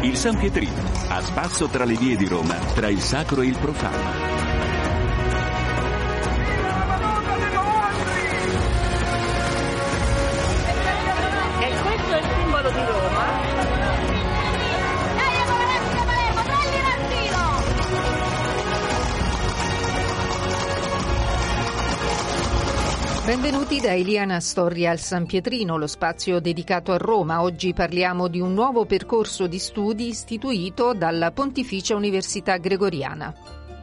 Il San Pietrino, a spasso tra le vie di Roma, tra il sacro e il profano. Benvenuti da Eliana Storia al San Pietrino, lo spazio dedicato a Roma. Oggi parliamo di un nuovo percorso di studi istituito dalla Pontificia Università Gregoriana.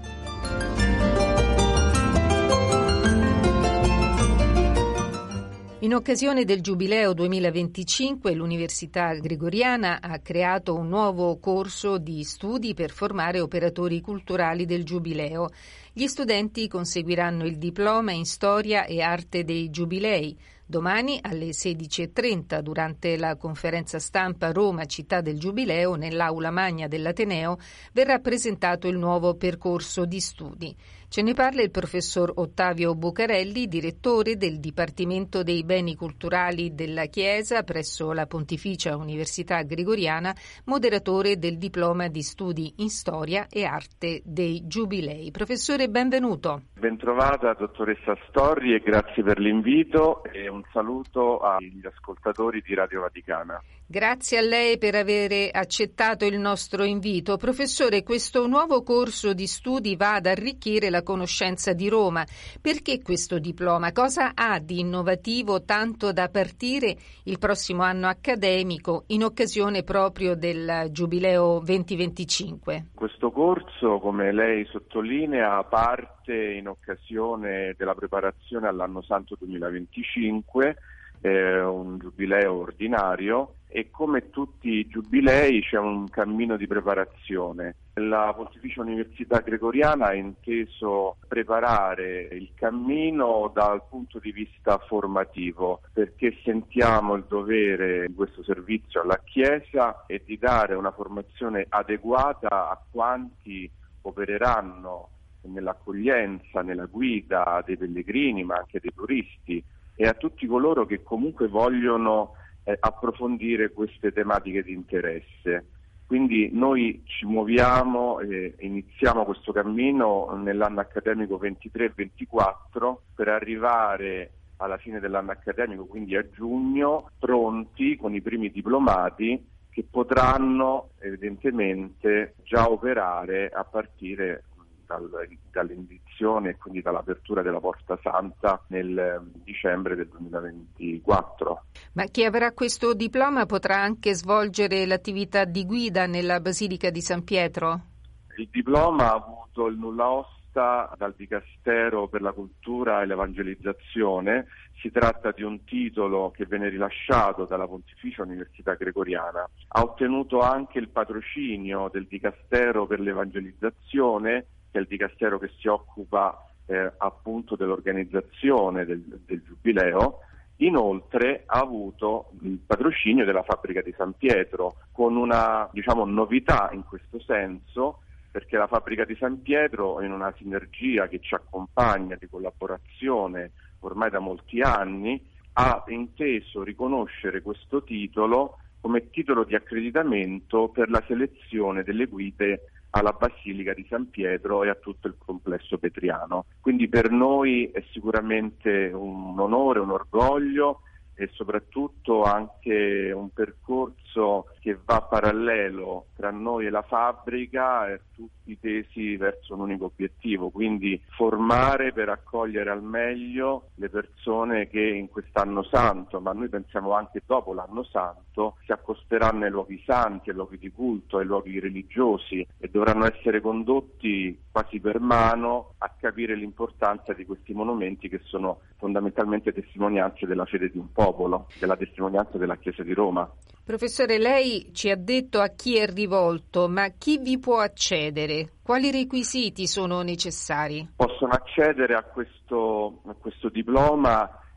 In occasione del Giubileo 2025, l'Università Gregoriana ha creato un nuovo corso di studi per formare operatori culturali del Giubileo. Gli studenti conseguiranno il diploma in Storia e Arte dei Giubilei. Domani alle 16:30, durante la conferenza stampa Roma Città del Giubileo, nell'Aula Magna dell'Ateneo, verrà presentato il nuovo percorso di studi. Ce ne parla il professor Ottavio Bucarelli, direttore del Dipartimento dei Beni Culturali della Chiesa presso la Pontificia Università Gregoriana, moderatore del diploma di studi in Storia e Arte dei Giubilei. Professore, benvenuto. Bentrovata, dottoressa Storri, e grazie per l'invito e un saluto agli ascoltatori di Radio Vaticana. Grazie a lei per aver accettato il nostro invito. Professore, questo nuovo corso di studi va ad arricchire la conoscenza di Roma. Perché questo diploma? Cosa ha di innovativo tanto da partire il prossimo anno accademico in occasione proprio del Giubileo 2025? Questo corso, come lei sottolinea, parte in occasione della preparazione all'Anno Santo 2025, un giubileo ordinario, e come tutti i giubilei c'è un cammino di preparazione. La Pontificia Università Gregoriana ha inteso preparare il cammino dal punto di vista formativo, perché sentiamo il dovere di questo servizio alla Chiesa e di dare una formazione adeguata a quanti opereranno nell'accoglienza, nella guida dei pellegrini, ma anche dei turisti, e a tutti coloro che comunque vogliono approfondire queste tematiche di interesse. Quindi noi ci muoviamo e iniziamo questo cammino nell'anno accademico 23-24 per arrivare alla fine dell'anno accademico, quindi a giugno, pronti con i primi diplomati che potranno evidentemente già operare a partire dall'indizione e quindi dall'apertura della Porta Santa nel dicembre del 2024. Ma chi avrà questo diploma potrà anche svolgere l'attività di guida nella Basilica di San Pietro? Il diploma ha avuto il nulla osta dal Dicastero per la Cultura e l'Evangelizzazione. Si tratta di un titolo che viene rilasciato dalla Pontificia Università Gregoriana. Ha ottenuto anche il patrocinio del Dicastero per l'Evangelizzazione, che è il Dicastero che si occupa appunto dell'organizzazione del Giubileo. Inoltre ha avuto il patrocinio della Fabbrica di San Pietro, con una novità in questo senso, perché la Fabbrica di San Pietro, in una sinergia che ci accompagna di collaborazione ormai da molti anni, ha inteso riconoscere questo titolo come titolo di accreditamento per la selezione delle guide alla Basilica di San Pietro e a tutto il complesso petriano. Quindi per noi è sicuramente un onore, un orgoglio e soprattutto anche un percorso che va parallelo tra noi e la fabbrica, e tutti tesi verso un unico obiettivo, quindi formare per accogliere al meglio le persone che in quest'anno santo, ma noi pensiamo anche dopo l'anno santo, si accosteranno ai luoghi santi, ai luoghi di culto, ai luoghi religiosi, e dovranno essere condotti quasi per mano a capire l'importanza di questi monumenti, che sono fondamentalmente testimonianze della fede di un popolo, della testimonianza della Chiesa di Roma. Professore, lei ci ha detto a chi è rivolto, ma chi vi può accedere? Quali requisiti sono necessari? Possono accedere a questo diploma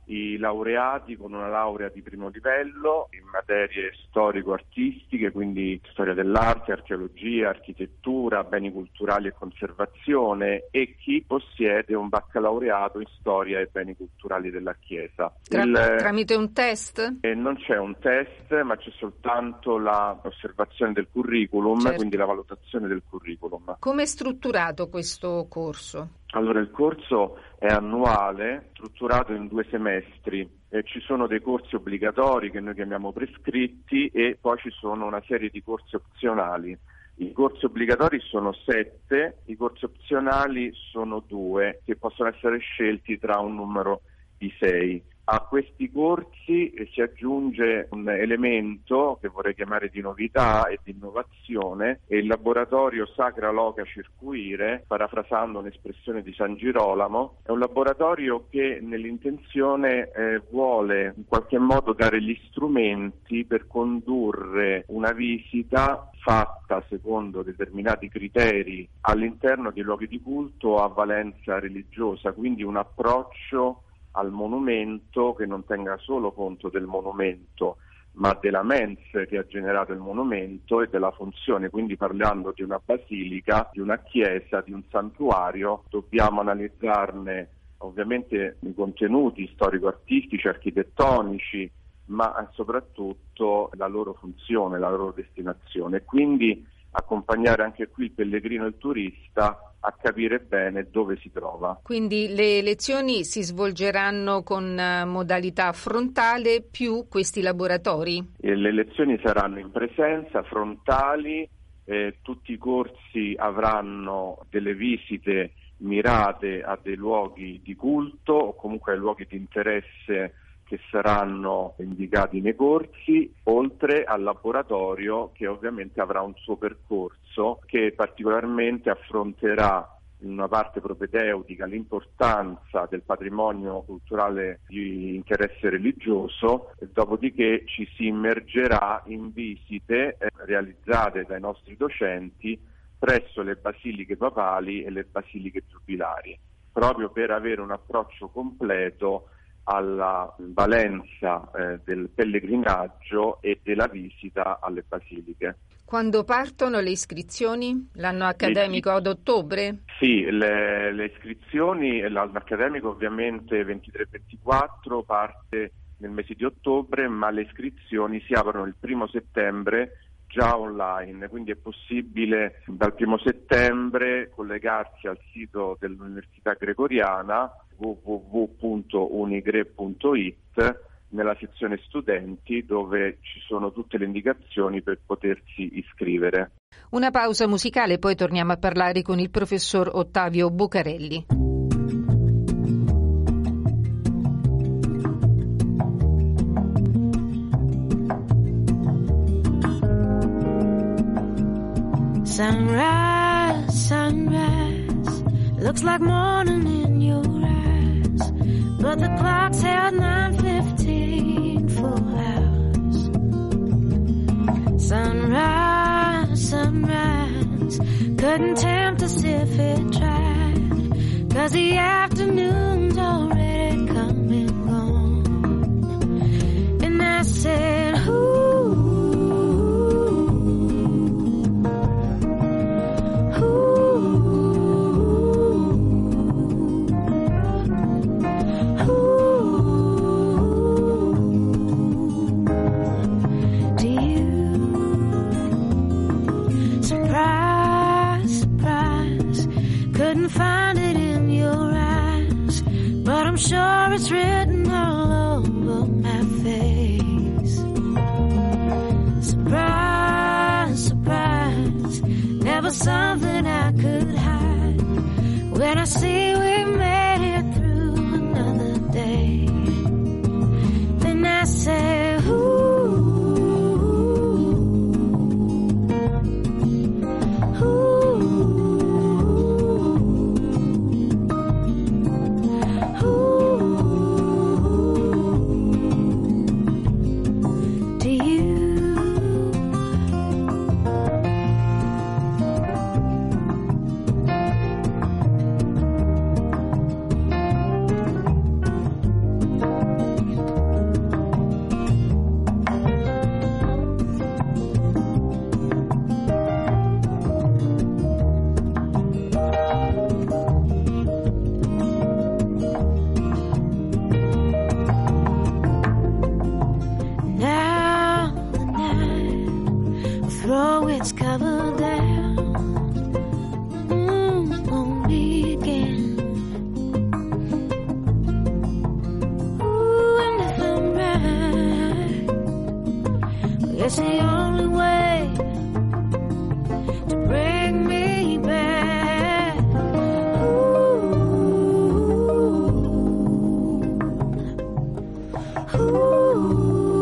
i laureati con una laurea di primo livello in materie storico-artistiche, quindi storia dell'arte, archeologia, architettura, beni culturali e conservazione, e chi possiede un baccalaureato in storia e beni culturali della Chiesa. Tramite un test? Non c'è un test, ma c'è soltanto l'osservazione del curriculum, certo. Quindi la valutazione del curriculum. Come è strutturato questo corso? Allora, il corso è annuale, strutturato in 2 semestri. Ci sono dei corsi obbligatori che noi chiamiamo prescritti e poi ci sono una serie di corsi opzionali. I corsi obbligatori sono 7, i corsi opzionali sono 2, che possono essere scelti tra un numero di 6. A questi corsi si aggiunge un elemento che vorrei chiamare di novità e di innovazione, è il laboratorio Sacra Loca Circuire, parafrasando un'espressione di San Girolamo. È un laboratorio che nell'intenzione vuole in qualche modo dare gli strumenti per condurre una visita fatta secondo determinati criteri all'interno di luoghi di culto a valenza religiosa, quindi un approccio al monumento che non tenga solo conto del monumento, ma della mens che ha generato il monumento e della funzione. Quindi, parlando di una basilica, di una chiesa, di un santuario, dobbiamo analizzarne ovviamente i contenuti storico-artistici, architettonici, ma soprattutto la loro funzione, la loro destinazione. E quindi accompagnare anche qui il pellegrino e il turista a capire bene dove si trova. Quindi le lezioni si svolgeranno con modalità frontale più questi laboratori? Le lezioni saranno in presenza, frontali, tutti i corsi avranno delle visite mirate a dei luoghi di culto o comunque ai luoghi di interesse che saranno indicati nei corsi, oltre al laboratorio che ovviamente avrà un suo percorso che particolarmente affronterà in una parte propedeutica l'importanza del patrimonio culturale di interesse religioso, e dopodiché ci si immergerà in visite realizzate dai nostri docenti presso le basiliche papali e le basiliche giubilari, proprio per avere un approccio completo alla valenza del pellegrinaggio e della visita alle basiliche. Quando partono le iscrizioni? L'anno accademico ad ottobre? Sì, le iscrizioni, l'anno accademico ovviamente 23-24 parte nel mese di ottobre, ma le iscrizioni si aprono il 1 settembre già online, quindi è possibile dal 1 settembre collegarsi al sito dell'Università Gregoriana www.unigre.it nella sezione studenti, dove ci sono tutte le indicazioni per potersi iscrivere. Una pausa musicale, poi torniamo a parlare con il professor Ottavio Bucarelli. Sunrise, sunrise, looks like morning in your eyes, but the clock's held 9:15 full hours. Sunrise, sunrise, couldn't tempt us if it tried, 'cause the afternoon's already come and gone. And I said, ooh, I'm sure it's written all over my face. Surprise, surprise, never something I could hide. When I see we made it through another day, then I say, ooh, know it's coming down on me again. Ooh, and if I'm right, it's the only way to bring me back. Ooh, ooh.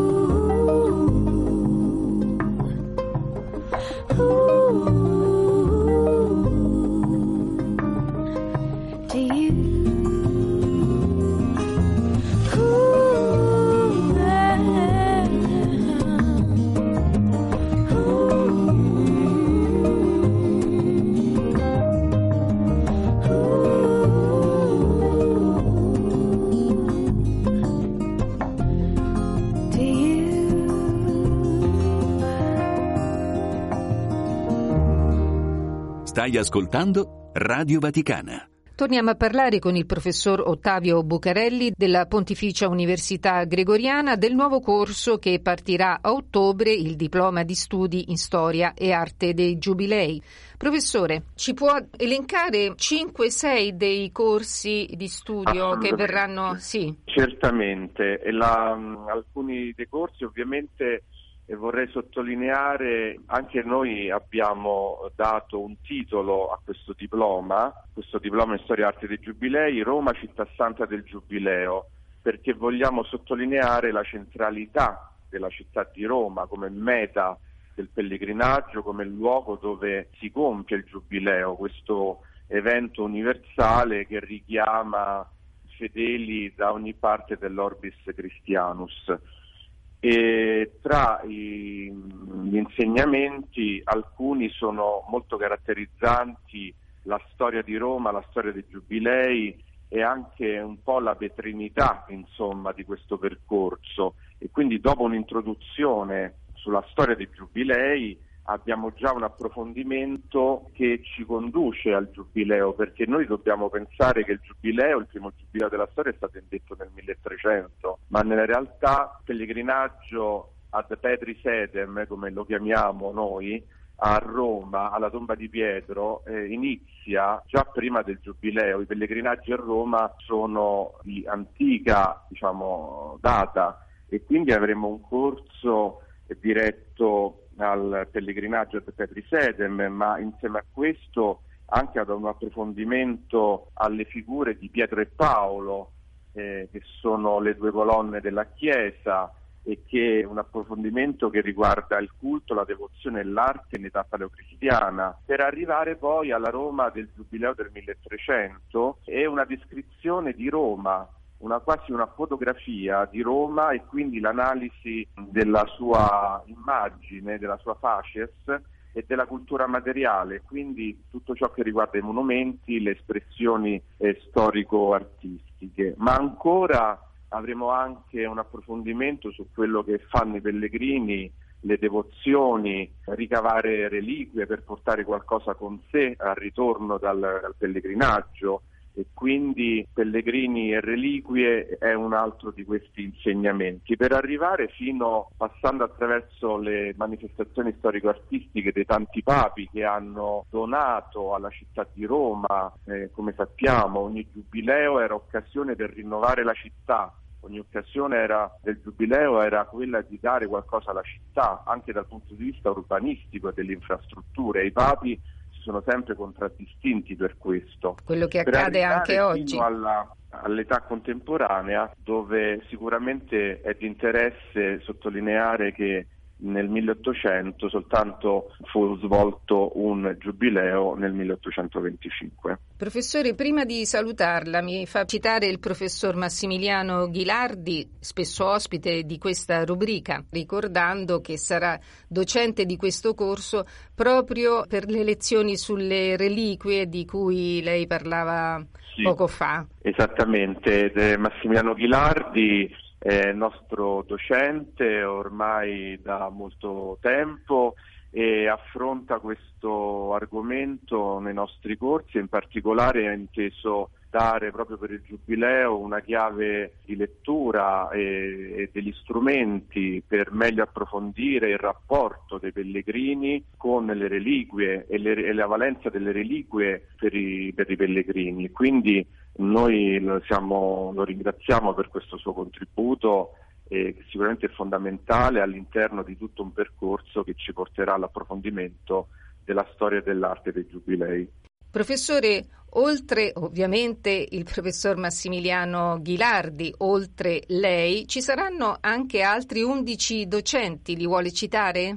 Stai ascoltando Radio Vaticana. Torniamo a parlare con il professor Ottavio Bucarelli della Pontificia Università Gregoriana del nuovo corso che partirà a ottobre, il diploma di studi in storia e arte dei Giubilei. Professore, ci può elencare 5-6 dei corsi di studio che verranno? Sì. Certamente, alcuni dei corsi ovviamente. E vorrei sottolineare, anche noi abbiamo dato un titolo a questo diploma in Storia e Arte dei Giubilei, Roma, città santa del Giubileo, perché vogliamo sottolineare la centralità della città di Roma come meta del pellegrinaggio, come luogo dove si compie il Giubileo, questo evento universale che richiama fedeli da ogni parte dell'Orbis Christianus. E tra gli insegnamenti alcuni sono molto caratterizzanti: la storia di Roma, la storia dei Giubilei e anche un po' la vetrinità, insomma, di questo percorso. E quindi dopo un'introduzione sulla storia dei Giubilei abbiamo già un approfondimento che ci conduce al Giubileo, perché noi dobbiamo pensare che il Giubileo, il primo Giubileo della storia, è stato indetto nel 1300, ma nella realtà il pellegrinaggio ad Petri Sedem, come lo chiamiamo noi, a Roma, alla tomba di Pietro, inizia già prima del Giubileo. I pellegrinaggi a Roma sono di antica, data, e quindi avremo un corso diretto al pellegrinaggio ad Petri Sedem, ma insieme a questo anche ad un approfondimento alle figure di Pietro e Paolo, che sono le due colonne della Chiesa, e che è un approfondimento che riguarda il culto, la devozione e l'arte in età paleocristiana, per arrivare poi alla Roma del Giubileo del 1300 e una descrizione di Roma, quasi una fotografia di Roma, e quindi l'analisi della sua immagine, della sua facies e della cultura materiale, quindi tutto ciò che riguarda i monumenti, le espressioni storico-artistiche. Ma ancora avremo anche un approfondimento su quello che fanno i pellegrini, le devozioni, ricavare reliquie per portare qualcosa con sé al ritorno dal pellegrinaggio. E quindi pellegrini e reliquie è un altro di questi insegnamenti, per arrivare passando attraverso le manifestazioni storico-artistiche dei tanti papi che hanno donato alla città di Roma. Come sappiamo, ogni giubileo era occasione per rinnovare la città, ogni occasione del giubileo era quella di dare qualcosa alla città, anche dal punto di vista urbanistico e delle infrastrutture. I papi sono sempre contraddistinti per questo. Quello che accade anche oggi. All'età contemporanea, dove sicuramente è di interesse sottolineare che nel 1800 soltanto fu svolto un giubileo nel 1825. Professore, prima di salutarla mi fa citare il professor Massimiliano Ghilardi, spesso ospite di questa rubrica, ricordando che sarà docente di questo corso proprio per le lezioni sulle reliquie di cui lei parlava poco fa. Esattamente, Massimiliano Ghilardi è nostro docente ormai da molto tempo e affronta questo argomento nei nostri corsi, e in particolare ha inteso dare proprio per il Giubileo una chiave di lettura e degli strumenti per meglio approfondire il rapporto dei pellegrini con le reliquie e la valenza delle reliquie per i pellegrini. Quindi noi lo ringraziamo per questo suo contributo, che sicuramente è fondamentale all'interno di tutto un percorso che ci porterà all'approfondimento della storia dell'arte dei Giubilei. Professore, oltre ovviamente il professor Massimiliano Ghilardi, oltre lei, ci saranno anche altri 11 docenti, li vuole citare?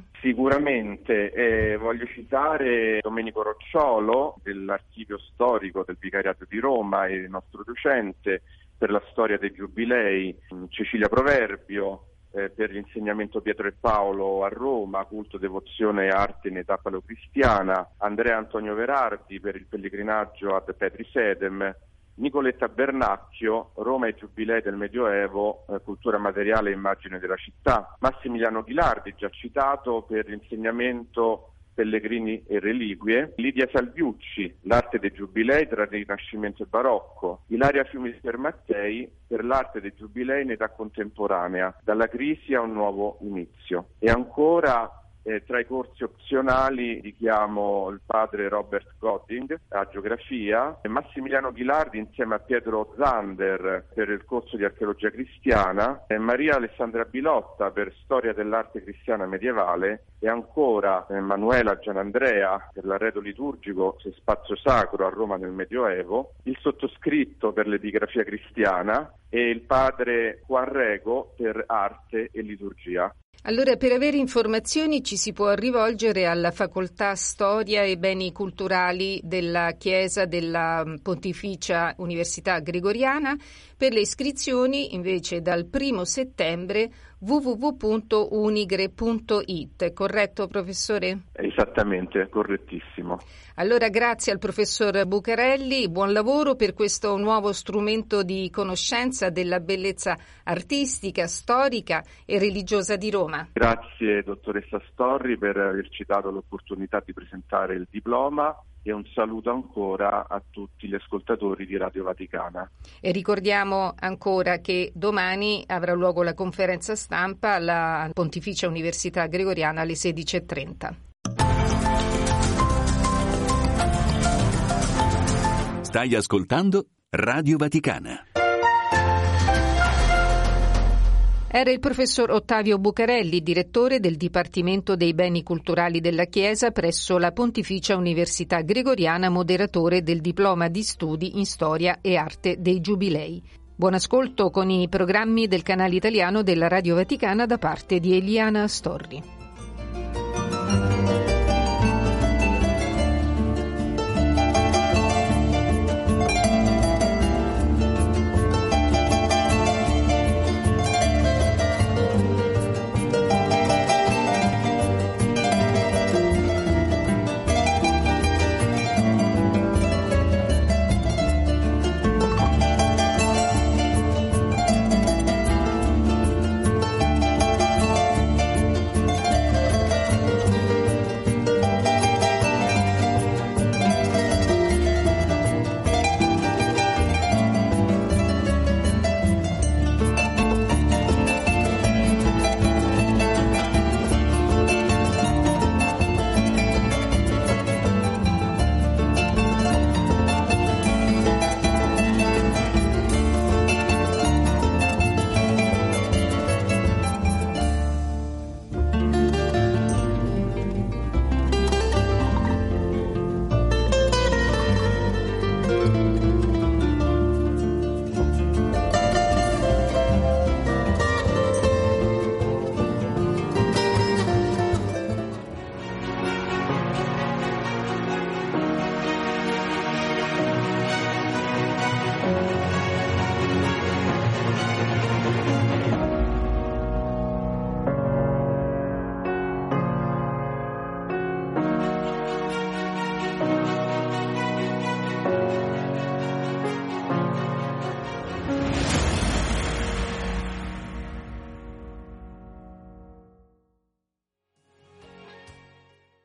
Sicuramente, voglio citare Domenico Rocciolo dell'Archivio Storico del Vicariato di Roma, il nostro docente per la storia dei Giubilei, Cecilia Proverbio per l'insegnamento Pietro e Paolo a Roma, culto, devozione e arte in età paleocristiana, Andrea Antonio Verardi per il pellegrinaggio ad Petri Sedem, Nicoletta Bernacchio, Roma e Giubilei del Medioevo, cultura materiale e immagine della città, Massimiliano Ghilardi, già citato, per l'insegnamento pellegrini e reliquie, Lidia Salviucci, l'arte dei Giubilei tra il Rinascimento e Barocco, Ilaria Fiumister Mattei per l'arte dei Giubilei in età contemporanea, dalla crisi a un nuovo inizio. E ancora tra i corsi opzionali richiamo il padre Robert Godding a geografia e Massimiliano Ghilardi insieme a Pietro Zander per il corso di archeologia cristiana e Maria Alessandra Bilotta per storia dell'arte cristiana medievale e ancora Emanuela Gianandrea per l'arredo liturgico e spazio sacro a Roma nel Medioevo, il sottoscritto per l'epigrafia cristiana e il padre Juan Rego per arte e liturgia. Allora, per avere informazioni ci si può rivolgere alla Facoltà Storia e Beni Culturali della Chiesa della Pontificia Università Gregoriana. Per le iscrizioni, invece, dal 1 settembre www.unigre.it. Corretto, professore? Esattamente, correttissimo. Allora, grazie al professor Bucarelli, buon lavoro per questo nuovo strumento di conoscenza della bellezza artistica, storica e religiosa di Roma. Grazie dottoressa Storri per averci dato l'opportunità di presentare il diploma e un saluto ancora a tutti gli ascoltatori di Radio Vaticana. E ricordiamo ancora che domani avrà luogo la conferenza stampa alla Pontificia Università Gregoriana alle 16:30. Stai ascoltando Radio Vaticana. Era il professor Ottavio Bucarelli, direttore del Dipartimento dei Beni Culturali della Chiesa presso la Pontificia Università Gregoriana, moderatore del diploma di studi in Storia e Arte dei Giubilei. Buon ascolto con i programmi del canale italiano della Radio Vaticana da parte di Eliana Storri.